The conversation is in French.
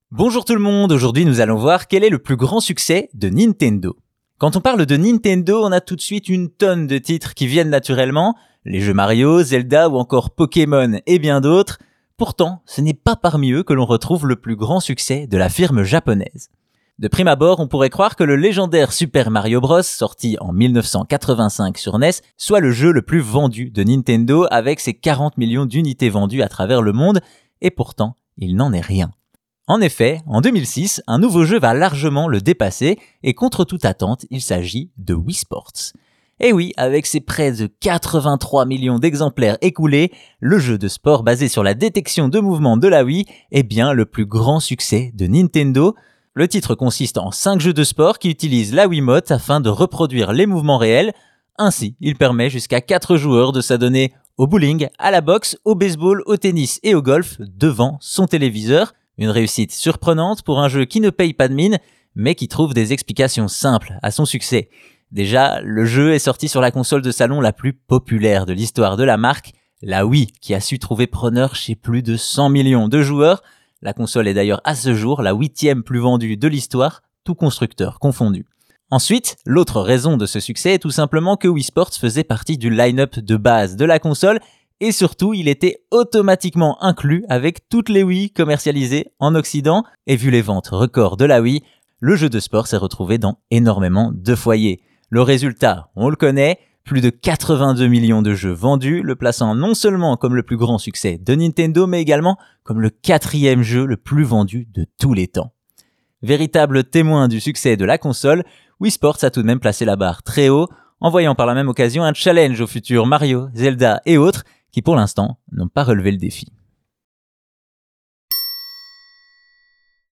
Bonjour tout le monde, aujourd'hui nous allons voir quel est le plus grand succès de Nintendo. Quand on parle de Nintendo, on a tout de suite une tonne de titres qui viennent naturellement, les jeux Mario, Zelda ou encore Pokémon et bien d'autres. Pourtant, ce n'est pas parmi eux que l'on retrouve le plus grand succès de la firme japonaise. De prime abord, on pourrait croire que le légendaire Super Mario Bros, sorti en 1985 sur NES, soit le jeu le plus vendu de Nintendo avec ses 40 millions d'unités vendues à travers le monde, et pourtant, il n'en est rien. En effet, en 2006, un nouveau jeu va largement le dépasser et contre toute attente, il s'agit de Wii Sports. Et oui, avec ses près de 83 millions d'exemplaires écoulés, le jeu de sport basé sur la détection de mouvements de la Wii est bien le plus grand succès de Nintendo. Le titre consiste en 5 jeux de sport qui utilisent la Wiimote afin de reproduire les mouvements réels. Ainsi, il permet jusqu'à 4 joueurs de s'adonner au bowling, à la boxe, au baseball, au tennis et au golf devant son téléviseur. Une réussite surprenante pour un jeu qui ne paye pas de mine, mais qui trouve des explications simples à son succès. Déjà, le jeu est sorti sur la console de salon la plus populaire de l'histoire de la marque, la Wii, qui a su trouver preneur chez plus de 100 millions de joueurs. La console est d'ailleurs à ce jour la 8e plus vendue de l'histoire, tout constructeur confondu. Ensuite, l'autre raison de ce succès est tout simplement que Wii Sports faisait partie du line-up de base de la console, et surtout, il était automatiquement inclus avec toutes les Wii commercialisées en Occident. Et vu les ventes records de la Wii, le jeu de sport s'est retrouvé dans énormément de foyers. Le résultat, on le connaît, plus de 82 millions de jeux vendus, le plaçant non seulement comme le plus grand succès de Nintendo, mais également comme le 4e jeu le plus vendu de tous les temps. Véritable témoin du succès de la console, Wii Sports a tout de même placé la barre très haut, envoyant par la même occasion un challenge aux futurs Mario, Zelda et autres, qui pour l'instant n'ont pas relevé le défi.